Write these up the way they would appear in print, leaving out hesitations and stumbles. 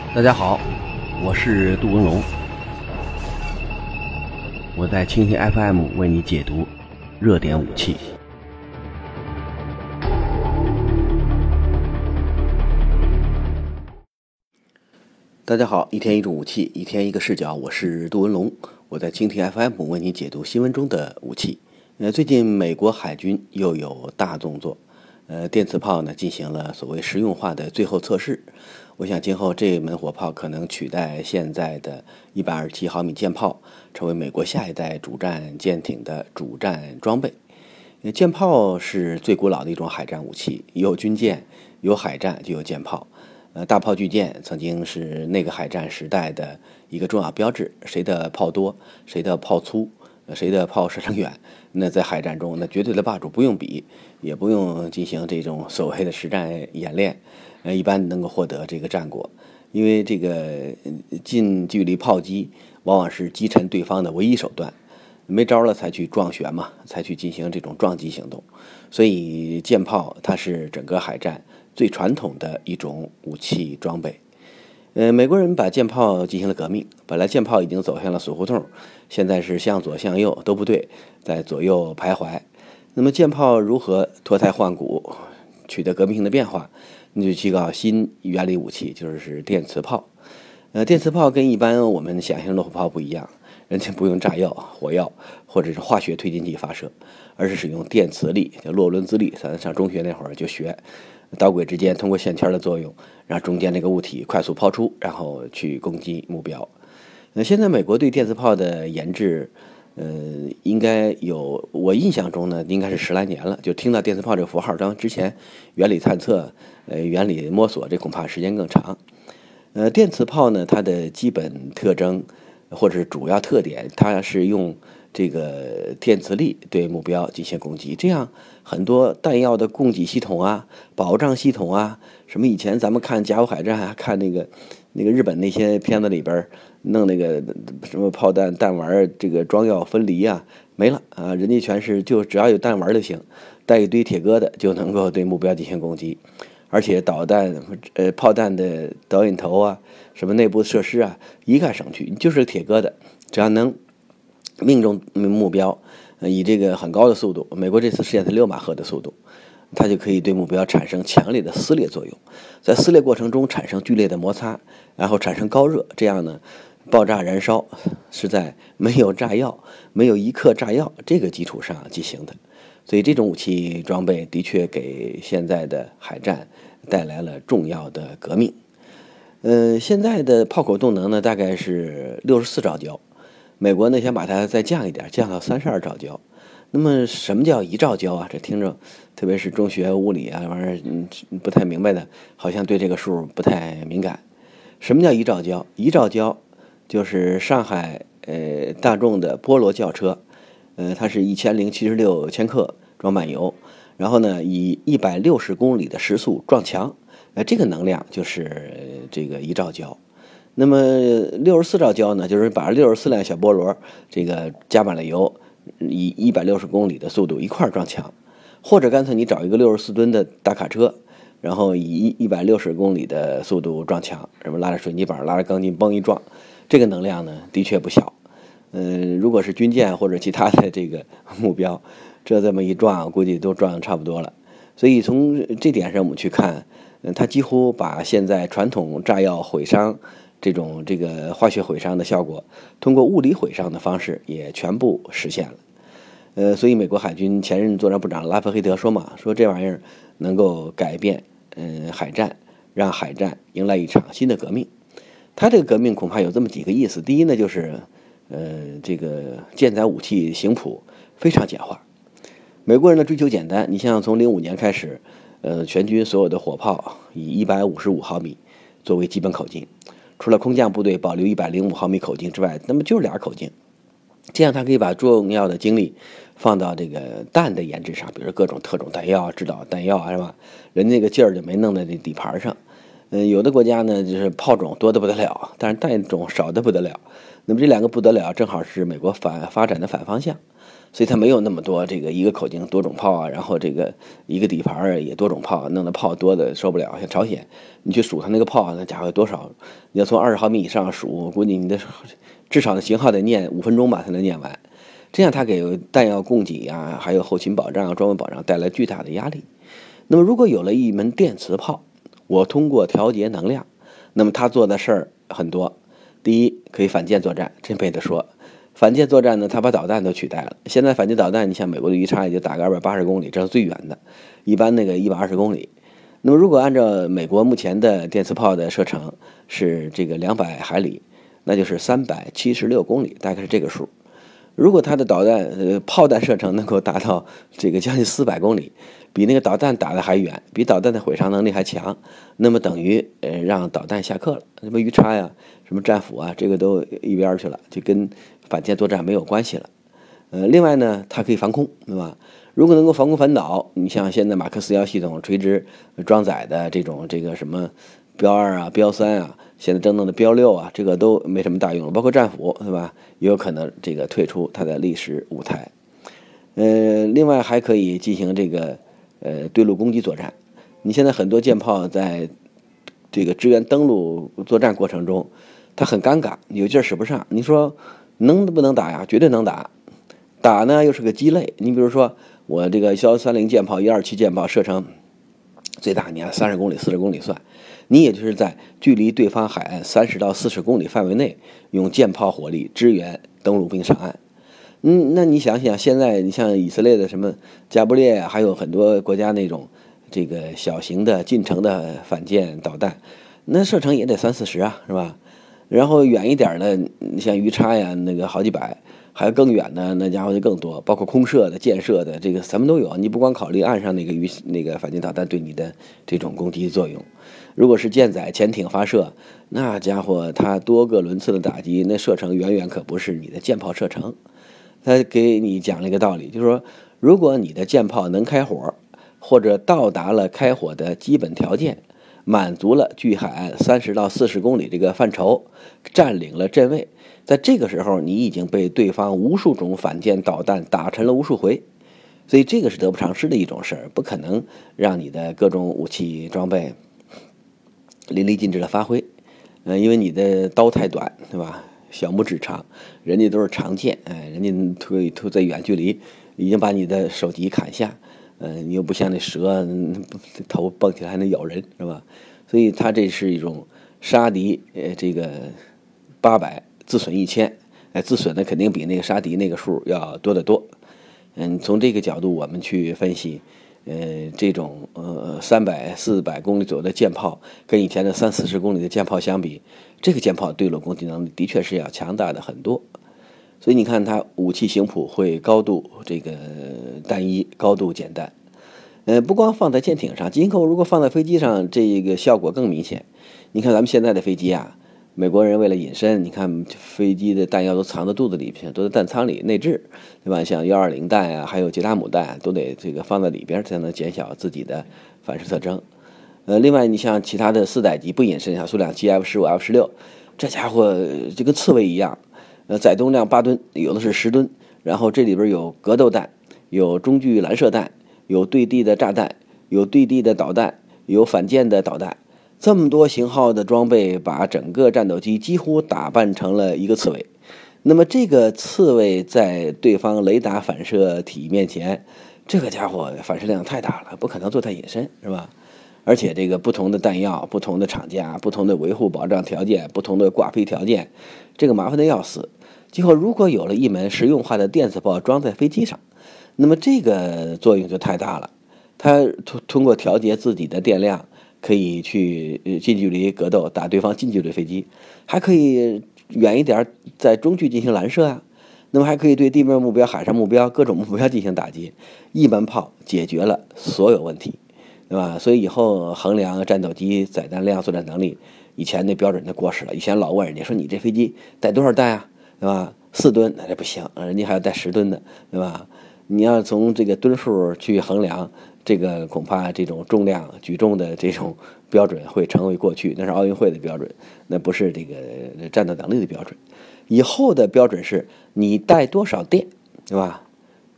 大家好，我是杜文龙，我在蜻蜓 FM 为你解读热点武器。大家好，一天一种武器，一天一个视角，我是杜文龙，我在蜻蜓 FM 为你解读新闻中的武器。最近美国海军又有大动作，电磁炮呢进行了所谓实用化的最后测试。我想今后这门火炮可能取代现在的127毫米舰炮，成为美国下一代主战舰艇的主战装备。舰炮是最古老的一种海战武器，有军舰，有海战，就有舰炮。大炮巨舰曾经是那个海战时代的一个重要标志，谁的炮多，谁的炮粗，谁的炮射程远，那在海战中那绝对的霸主，不用比，也不用进行这种所谓的实战演练，一般能够获得这个战果。因为这个近距离炮击往往是击沉对方的唯一手段，没招了才去撞舷嘛，才去进行这种撞击行动。所以舰炮它是整个海战最传统的一种武器装备。美国人把舰炮进行了革命，本来舰炮已经走向了死胡同，现在是向左向右都不对，在左右徘徊。那么舰炮如何脱胎换骨，取得革命性的变化？那就去搞新原理武器，就是电磁炮。电磁炮跟一般我们想象的火炮不一样，人家不用炸药、火药或者是化学推进剂发射，而是使用电磁力，叫洛伦兹力。咱上中学那会儿就学，导轨之间通过线圈的作用，让中间这个物体快速抛出，然后去攻击目标。现在美国对电磁炮的研制，应该有，我印象中呢，应该是10来年了。就听到电磁炮这个符号，当之前原理探测、原理摸索，这恐怕时间更长。电磁炮呢，它的基本特征或者是主要特点，它是用这个电磁力对目标进行攻击，这样很多弹药的供给系统啊、保障系统啊，什么以前咱们看甲午海战啊，看那个日本那些片子里边弄那个什么炮弹弹丸这个装药分离啊，没了啊，人家全是就只要有弹丸就行，带一堆铁疙瘩就能够对目标进行攻击。而且导弹、炮弹的导引头啊，什么内部设施啊，一概省去，你就是铁疙瘩，只要能命中目标，以这个很高的速度，美国这次实验是6马赫的速度，它就可以对目标产生强烈的撕裂作用，在撕裂过程中产生剧烈的摩擦，然后产生高热，这样呢，爆炸燃烧是在没有炸药、没有一克炸药这个基础上进行的。所以这种武器装备的确给现在的海战带来了重要的革命。现在的炮口动能呢，大概是64兆焦，美国呢想把它再降一点，降到32兆焦。那么什么叫1兆焦啊？这听着，特别是中学物理啊玩意儿不太明白的，好像对这个数不太敏感。什么叫1兆焦？1兆焦就是上海大众的波罗轿车，它是1076千克装满油，然后呢以160公里的时速撞墙，这个能量就是这个1兆焦。那么64兆焦呢，就是把64辆小菠萝这个加满了油，以160公里的速度一块撞墙，或者干脆你找一个64吨的大卡车，然后以160公里的速度撞墙，什么拉着水泥板、拉着钢筋嘣一撞，这个能量呢的确不小。如果是军舰或者其他的这个目标，这么一撞，估计都撞得差不多了。所以从这点上我们去看，它几乎把现在传统炸药毁伤这个化学毁伤的效果，通过物理毁伤的方式也全部实现了。所以美国海军前任作战部长拉弗黑德说嘛，说这玩意儿能够改变海战，让海战迎来一场新的革命。他这个革命恐怕有这么几个意思。第一呢，就是这个舰载武器型谱非常简化。美国人的追求简单，你像从05年开始，全军所有的火炮以155毫米作为基本口径，除了空降部队保留105毫米口径之外，那么就是俩口径。这样他可以把重要的精力放到这个弹的研制上，比如各种特种弹药、制导弹药啊，是吧？人家那个劲儿就没弄在这底盘上。有的国家呢，就是炮种多得不得了，但是弹种少得不得了。那么这两个不得了，正好是美国发展的反方向。 所以它没有那么多这个一个口径多种炮啊，然后这个一个底盘也多种炮，弄得炮多的受不了。像朝鲜，你去数它那个炮，那家伙有多少？你要从20毫米以上数，估计你的至少的型号得念5分钟吧才能念完。这样它给弹药供给啊，还有后勤保障、装备保障带来巨大的压力。那么如果有了一门电磁炮，我通过调节能量，那么它做的事儿很多。第一，可以反舰作战，这没得说。反舰作战呢，它把导弹都取代了。现在反舰导弹，你像美国的鱼叉也就打个280公里，这是最远的，一般那个120公里。那么如果按照美国目前的电磁炮的射程是这个200海里，那就是376公里，大概是这个数。如果它的导弹炮弹射程能够达到这个将近400公里，比那个导弹打的还远，比导弹的毁伤能力还强，那么等于让导弹下课了。什么鱼叉呀，什么战斧啊，这个都一边去了，就跟反舰作战没有关系了。另外呢，它可以防空，对吧？如果能够防空反导，你像现在马克思1系统垂直装载的这个什么标2啊、标3啊，现在真正的标6啊，这个都没什么大用了。包括战斧，对吧？也有可能这个退出它的历史舞台。另外还可以进行这个对陆攻击作战。你现在很多舰炮在这个支援登陆作战过程中，它很尴尬，有劲儿使不上。你说能不能打呀？绝对能打。打呢又是个鸡肋。你比如说我这个肖30舰炮、127舰炮射程最大，你按30公里、40公里算，你也就是在距离对方海岸30到40公里范围内，用舰炮火力支援登陆兵上岸。那你想想，现在你像以色列的什么加布列啊，还有很多国家那种这个小型的近程的反舰导弹，那射程也得30-40啊，是吧？然后远一点的，你像鱼叉呀，那个好几百，还有更远的，那家伙就更多，包括空射的、箭射的，这个什么都有。你不光考虑岸上那个反舰导弹对你的这种攻击作用，如果是舰载潜艇发射，那家伙它多个轮次的打击，那射程远远可不是你的舰炮射程。他给你讲了一个道理，就是说，如果你的舰炮能开火，或者到达了开火的基本条件，满足了距海岸30到40公里这个范畴，占领了阵位，在这个时候，你已经被对方无数种反舰导弹打沉了无数回，所以这个是得不偿失的一种事儿，不可能让你的各种武器装备淋漓尽致的发挥，因为你的刀太短，对吧？小拇指长，人家都是长剑，人家推在远距离已经把你的手级砍下，你又不像那蛇，头蹦起来还能咬人，是吧？所以它这是一种杀敌，这个800自损1000，自损的肯定比那个杀敌那个数要多得多。从这个角度我们去分析，这种300、400公里左右的舰炮，跟以前的30-40公里的舰炮相比，这个舰炮对陆攻击能力的确是要强大的很多。所以你看，它武器型谱会高度这个单一，高度简单。不光放在舰艇上，今后如果放在飞机上，这个效果更明显。你看咱们现在的飞机啊，美国人为了隐身，你看飞机的弹药都藏在肚子里边，都在弹舱里内置，对吧？像120弹啊，还有吉拉姆弹，都得这个放在里边，才能减小自己的反射特征。另外你像其他的4代机不隐身，像苏两7、F-15、F-16，这家伙就跟刺猬一样，载重量8吨，有的是10吨，然后这里边有格斗弹，有中距拦射弹，有对地的炸弹，有对地的导弹，有反舰的导弹。这么多型号的装备，把整个战斗机几乎打扮成了一个刺猬。那么这个刺猬在对方雷达反射体面前，这个家伙反射量太大了，不可能做它隐身，是吧？而且这个不同的弹药、不同的厂家、不同的维护保障条件、不同的挂飞条件，这个麻烦的要死。今后如果有了一门实用化的电磁炮装在飞机上，那么这个作用就太大了。它通过调节自己的电量，可以去近距离格斗，打对方近距离飞机，还可以远一点在中距进行拦射啊。那么还可以对地面目标、海上目标、各种目标进行打击。一门炮解决了所有问题，对吧？所以以后衡量战斗机载弹量、作战能力，以前那标准就过时了。以前老问人家说你这飞机带多少弹啊，对吧？4吨那不行，人家还要带10吨的，对吧？你要从这个吨数去衡量，这个恐怕这种重量举重的这种标准会成为过去，那是奥运会的标准，那不是这个战斗能力的标准。以后的标准是你带多少电，对吧？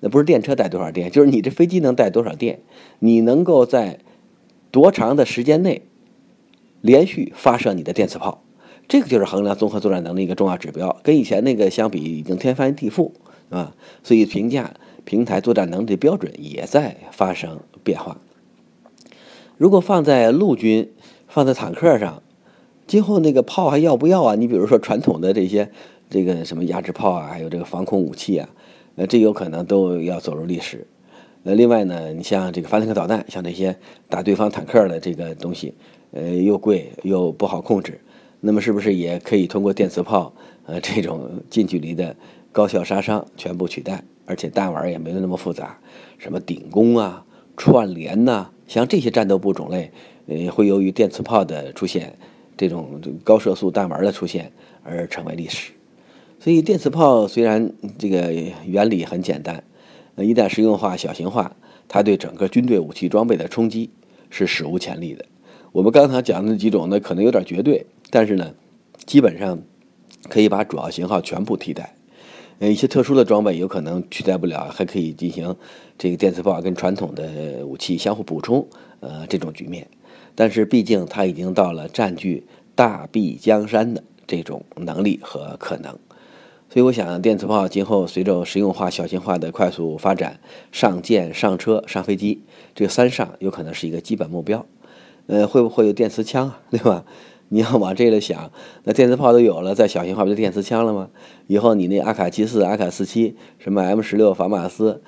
那不是电车带多少电，就是你这飞机能带多少电，你能够在多长的时间内连续发射你的电磁炮，这个就是衡量综合作战能力一个重要指标，跟以前那个相比已经天翻地覆啊。所以评价平台作战能力的标准也在发生变化。如果放在陆军，放在坦克上，今后那个炮还要不要啊？你比如说传统的这个什么压制炮啊，还有这个防空武器啊，这有可能都要走入历史。另外呢，你像这个反坦克导弹，像这些打对方坦克的这个东西，又贵又不好控制，那么是不是也可以通过电磁炮，这种近距离的高效杀伤全部取代？而且弹丸也没有那么复杂，什么顶攻啊、串联呐，像这些战斗部种类，会由于电磁炮的出现，这种高射速弹丸的出现而成为历史。所以电磁炮虽然这个原理很简单，一旦实用化、小型化，它对整个军队武器装备的冲击是史无前例的。我们刚才讲的几种呢，可能有点绝对，但是呢，基本上可以把主要型号全部替代。一些特殊的装备有可能取代不了，还可以进行这个电磁炮跟传统的武器相互补充，这种局面。但是毕竟它已经到了占据大臂江山的这种能力和可能。所以我想，电磁炮今后随着实用化、小型化的快速发展，上舰、上车、上飞机，这个3上有可能是一个基本目标。会不会有电磁枪啊？对吧？你要往这个想，那电磁炮都有了，再小型化不就电磁枪了吗？以后你那阿卡74、阿卡47，什么 M16、法马斯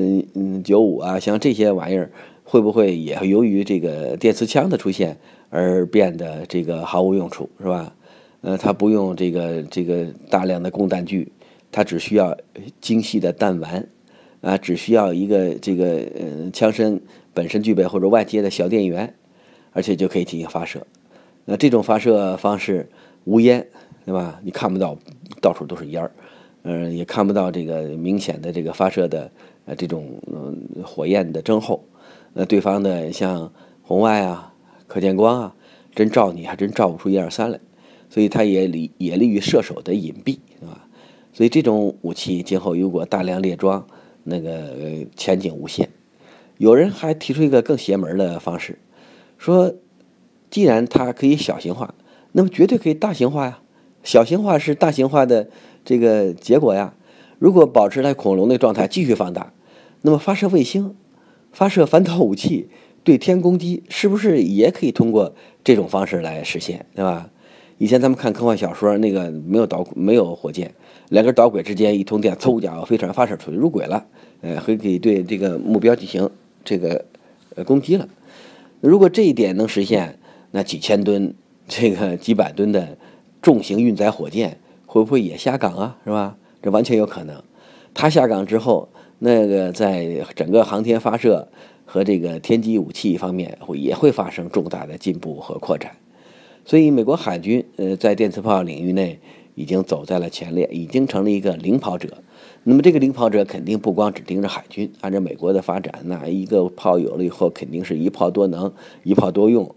，95啊，像这些玩意儿，会不会也由于这个电磁枪的出现而变得这个毫无用处，是吧？它不用这个大量的供弹具，它只需要精细的弹丸，啊，只需要一个枪身本身具备或者外接的小电源，而且就可以进行发射。那这种发射方式无烟，对吧？你看不到，到处都是烟儿，也看不到这个明显的这个发射的这种火焰的征候。对方的像红外啊、可见光啊，真照你还真照不出1、2、3来。所以它也利于射手的隐蔽，是吧？所以这种武器今后如果大量列装，那个前景无限。有人还提出一个更邪门的方式，说既然它可以小型化，那么绝对可以大型化呀。小型化是大型化的这个结果呀。如果保持它恐龙的状态继续放大，那么发射卫星、发射反导武器、对天攻击，是不是也可以通过这种方式来实现，对吧？以前咱们看科幻小说，那个没有火箭，两根导轨之间一通电，嗖家伙，飞船发射出去入轨了，可以对这个目标进行这个攻击了。如果这一点能实现，那几千吨、这个几百吨的重型运载火箭会不会也下岗啊？是吧？这完全有可能。它下岗之后，那个在整个航天发射和这个天基武器方面也会发生重大的进步和扩展。所以，美国海军在电磁炮领域内已经走在了前列，已经成了一个领跑者。那么，这个领跑者肯定不光只盯着海军，按照美国的发展，那一个炮有了以后，肯定是一炮多能、一炮多用。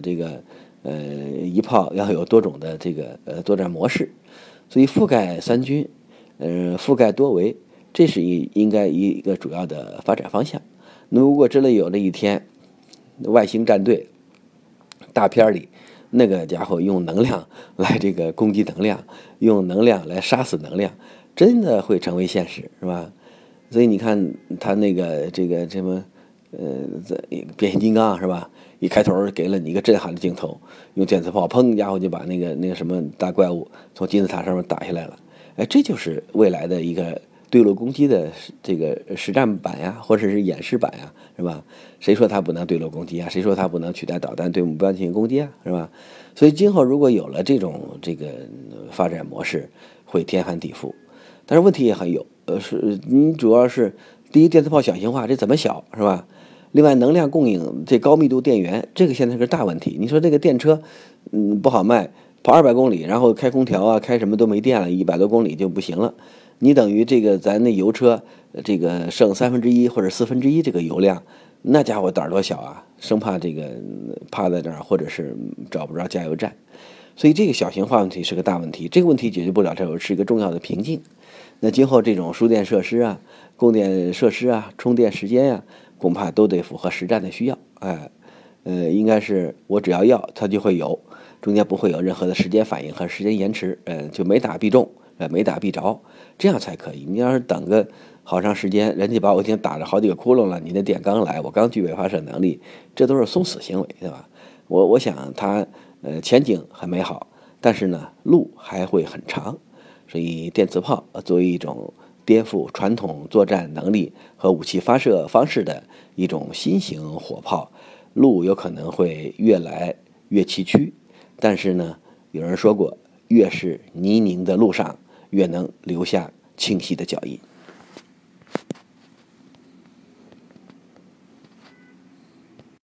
一炮要有多种的这个作战模式。所以，覆盖3军，覆盖多维，这是应该一个主要的发展方向。那么，如果真的有那一天，外星战队大片里，那个家伙用能量来这个攻击能量，用能量来杀死能量，真的会成为现实，是吧？所以你看他那个什么，变形金刚是吧？一开头给了你一个震撼的镜头，用电磁炮砰，家伙就把那个什么大怪物从金字塔上面打下来了。这就是未来的一个对陆攻击的这个实战版呀，或者是演示版呀，是吧？谁说它不能对陆攻击啊？谁说它不能取代导弹对目标进行攻击啊？是吧？所以今后如果有了这种发展模式，会天翻地覆。但是问题也很有，你主要是第一，电磁炮小型化，这怎么小，是吧？另外，能量供应这高密度电源，这个现在是个大问题。你说这个电车，不好卖，跑200公里，然后开空调啊，开什么都没电了，100多公里就不行了。你等于咱那油车，这个剩1/3或者1/4这个油量，那家伙胆儿多小啊！生怕趴在这儿，或者是找不着加油站。所以这个小型化问题是个大问题，这个问题解决不了，这是一个重要的瓶颈。 那今后这种输电设施啊、供电设施啊、充电时间呀，恐怕都得符合实战的需要。应该是我只要它就会有，中间不会有任何的时间反应和时间延迟，就没打必中，没打必着，这样才可以。你要是等个好长时间，人家把我已经打了好几个窟窿了，你的电刚来，我刚具备发射能力，这都是送死行为，对吧？我想它前景很美好，但是呢路还会很长，所以电磁炮作为一种颠覆传统作战能力和武器发射方式的一种新型火炮，路有可能会越来越崎岖，但是呢，有人说过，越是泥泞的路上，越能留下清晰的脚印。